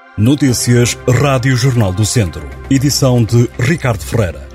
Notícias Rádio Jornal do Centro. Edição de Ricardo Ferreira.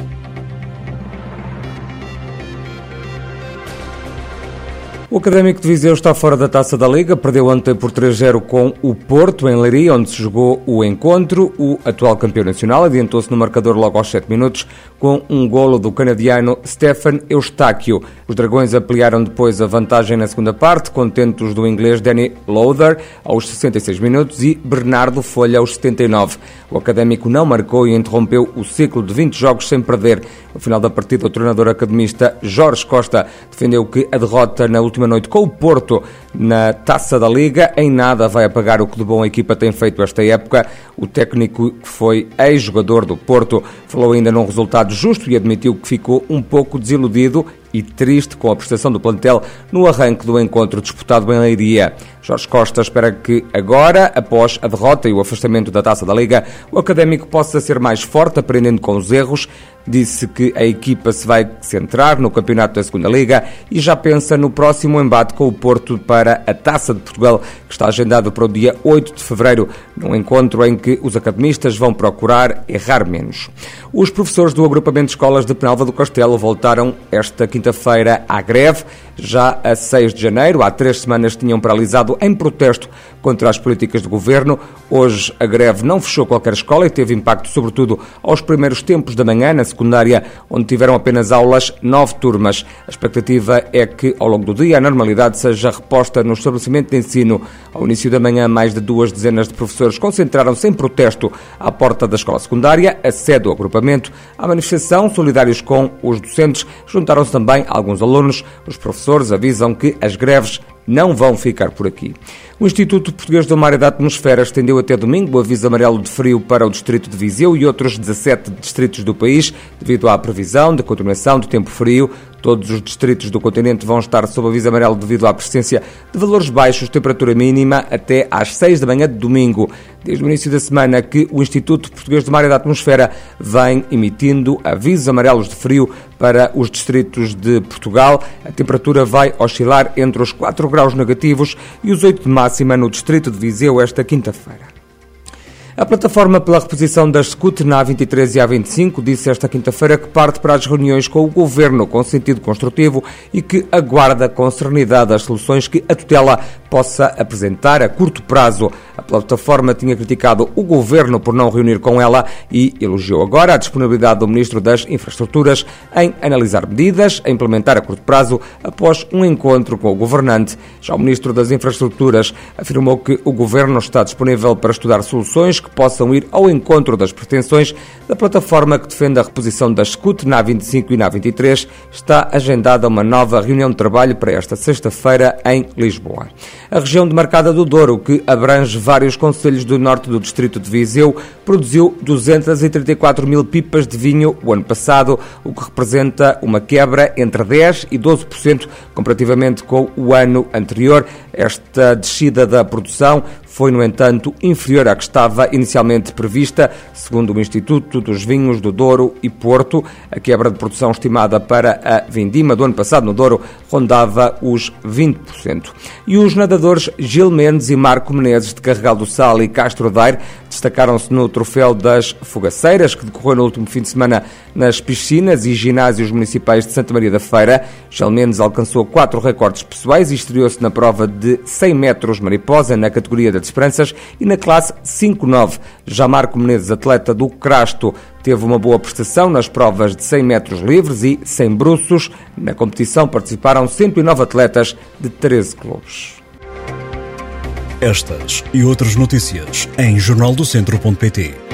O Académico de Viseu está fora da Taça da Liga, perdeu ontem por 3-0 com o Porto, em Leiria, onde se jogou o encontro. O atual campeão nacional adiantou-se no marcador logo aos 7 minutos com um golo do canadiano Stefan Eustáquio. Os Dragões ampliaram depois a vantagem na segunda parte, contentos do inglês Danny Lowther aos 66 minutos e Bernardo Folha aos 79. O Académico não marcou e interrompeu o ciclo de 20 jogos sem perder. No final da partida, o treinador academista Jorge Costa defendeu que a derrota na última noite com o Porto na Taça da Liga em nada vai apagar o que de bom a equipa tem feito esta época. O técnico, que foi ex-jogador do Porto, falou ainda num resultado justo e admitiu que ficou um pouco desiludido e triste com a prestação do plantel no arranque do encontro disputado em Leiria. Jorge Costa espera que agora, após a derrota e o afastamento da Taça da Liga, o Académico possa ser mais forte, aprendendo com os erros. Disse que a equipa se vai centrar no campeonato da Segunda Liga e já pensa no próximo embate com o Porto para a Taça de Portugal, que está agendado para o dia 8 de fevereiro, num encontro em que os academistas vão procurar errar menos. Os professores do agrupamento de escolas de Penalva do Castelo voltaram esta quinta-feira à greve. Já a 6 de janeiro, há 3 semanas, tinham paralisado em protesto contra as políticas do governo. Hoje a greve não fechou qualquer escola e teve impacto sobretudo aos primeiros tempos da manhã, na secundária, onde tiveram apenas aulas 9 turmas. A expectativa é que, ao longo do dia, a normalidade seja reposta no estabelecimento de ensino. Ao início da manhã, mais de 2 dezenas de professores concentraram-se em protesto à porta da escola secundária, a sede do agrupamento. À manifestação, solidários com os docentes, juntaram-se também alguns alunos. Os professores avisam que as greves não vão ficar por aqui. O Instituto Português do Mar e da Atmosfera estendeu até domingo o aviso amarelo de frio para o distrito de Viseu e outros 17 distritos do país, devido à previsão de continuação de tempo frio. Todos os distritos do continente vão estar sob aviso amarelo devido à persistência de valores baixos de temperatura mínima até às 6 da manhã de domingo. Desde o início da semana que o Instituto Português do Mar e da Atmosfera vem emitindo avisos amarelos de frio para os distritos de Portugal. A temperatura vai oscilar entre os 4 graus negativos e os 8 de máxima no distrito de Viseu esta quinta-feira. A plataforma pela reposição das SCUT na A23 e A25 disse esta quinta-feira que parte para as reuniões com o Governo com sentido construtivo e que aguarda com serenidade as soluções que a tutela possa apresentar a curto prazo. A plataforma tinha criticado o Governo por não reunir com ela e elogiou agora a disponibilidade do Ministro das Infraestruturas em analisar medidas a implementar a curto prazo após um encontro com o governante. Já o Ministro das Infraestruturas afirmou que o Governo está disponível para estudar soluções que possam ir ao encontro das pretensões da plataforma que defende a reposição das SCUT na A25 e na A23. Está agendada uma nova reunião de trabalho para esta sexta-feira em Lisboa. A região demarcada do Douro, que abrange vários concelhos do norte do distrito de Viseu, produziu 234 mil pipas de vinho o ano passado, o que representa uma quebra entre 10% e 12% comparativamente com o ano anterior. Esta descida da produção foi, no entanto, inferior à que estava inicialmente prevista, segundo o Instituto dos Vinhos do Douro e Porto. A quebra de produção estimada para a vindima do ano passado no Douro rondava os 20%. E os nadadores Gil Mendes e Marco Menezes de Carregal do Sal e Castro Daire destacaram-se no Troféu das Fogaceiras, que decorreu no último fim de semana nas piscinas e ginásios municipais de Santa Maria da Feira. Gil Mendes alcançou 4 recordes pessoais e estreou-se na prova de 100 metros mariposa na categoria da Esperanças e na classe 5-9. Já Marco Menezes, atleta do Crasto, teve uma boa prestação nas provas de 100 metros livres e 100 bruços. Na competição participaram 109 atletas de 13 clubes. Estas e outras notícias em jornaldocentro.pt.